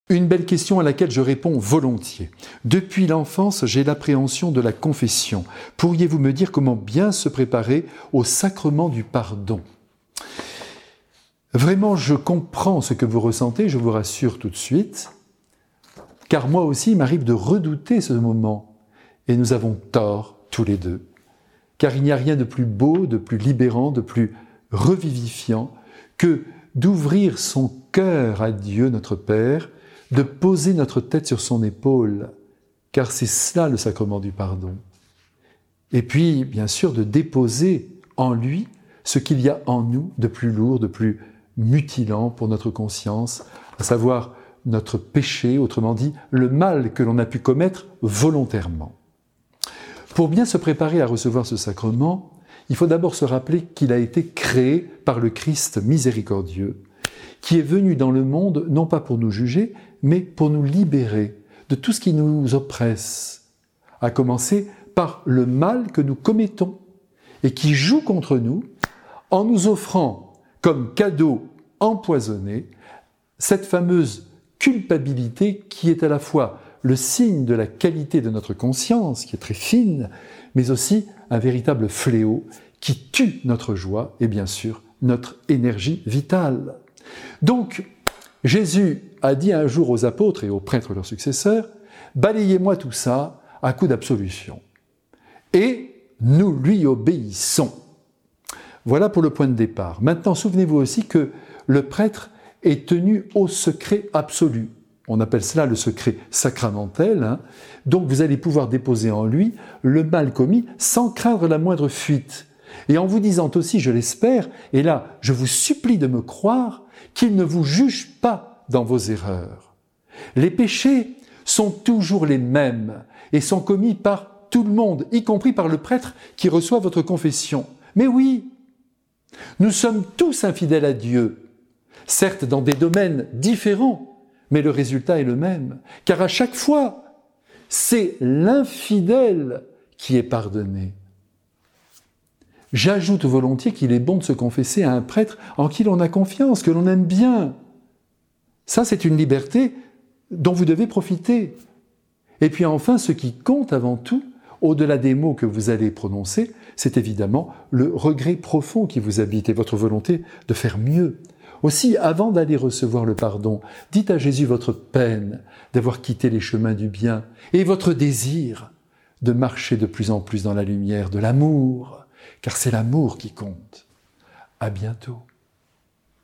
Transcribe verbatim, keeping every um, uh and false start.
Une belle question à laquelle je réponds volontiers. Depuis l'enfance, j'ai l'appréhension de la confession. Pourriez-vous me dire comment bien se préparer au sacrement du pardon ? Vraiment, je comprends ce que vous ressentez, je vous rassure tout de suite, car moi aussi, il m'arrive de redouter ce moment. Et nous avons tort, tous les deux. Car il n'y a rien de plus beau, de plus libérant, de plus revivifiant que d'ouvrir son cœur à Dieu, notre Père, de poser notre tête sur son épaule, car c'est cela le sacrement du pardon. Et puis, bien sûr, de déposer en lui ce qu'il y a en nous de plus lourd, de plus mutilant pour notre conscience, à savoir notre péché, autrement dit, le mal que l'on a pu commettre volontairement. Pour bien se préparer à recevoir ce sacrement, il faut d'abord se rappeler qu'il a été créé par le Christ miséricordieux, qui est venu dans le monde non pas pour nous juger, mais pour nous libérer de tout ce qui nous oppresse, à commencer par le mal que nous commettons et qui joue contre nous en nous offrant comme cadeau empoisonné cette fameuse culpabilité qui est à la fois le signe de la qualité de notre conscience, qui est très fine, mais aussi un véritable fléau qui tue notre joie et bien sûr notre énergie vitale. Donc, Jésus a dit un jour aux apôtres et aux prêtres leurs successeurs, « Balayez-moi tout ça à coup d'absolution. » Et nous lui obéissons. Voilà pour le point de départ. Maintenant, souvenez-vous aussi que le prêtre est tenu au secret absolu. On appelle cela le secret sacramentel. Hein. Donc vous allez pouvoir déposer en lui le mal commis sans craindre la moindre fuite. Et en vous disant aussi, je l'espère, et là, je vous supplie de me croire, qu'il ne vous juge pas dans vos erreurs. Les péchés sont toujours les mêmes et sont commis par tout le monde, y compris par le prêtre qui reçoit votre confession. Mais oui, nous sommes tous infidèles à Dieu, certes dans des domaines différents, mais le résultat est le même, car à chaque fois, c'est l'infidèle qui est pardonné. J'ajoute volontiers qu'il est bon de se confesser à un prêtre en qui l'on a confiance, que l'on aime bien. Ça, c'est une liberté dont vous devez profiter. Et puis enfin, ce qui compte avant tout, au-delà des mots que vous allez prononcer, c'est évidemment le regret profond qui vous habite et votre volonté de faire mieux. Aussi, avant d'aller recevoir le pardon, dites à Jésus votre peine d'avoir quitté les chemins du bien et votre désir de marcher de plus en plus dans la lumière de l'amour, car c'est l'amour qui compte. À bientôt.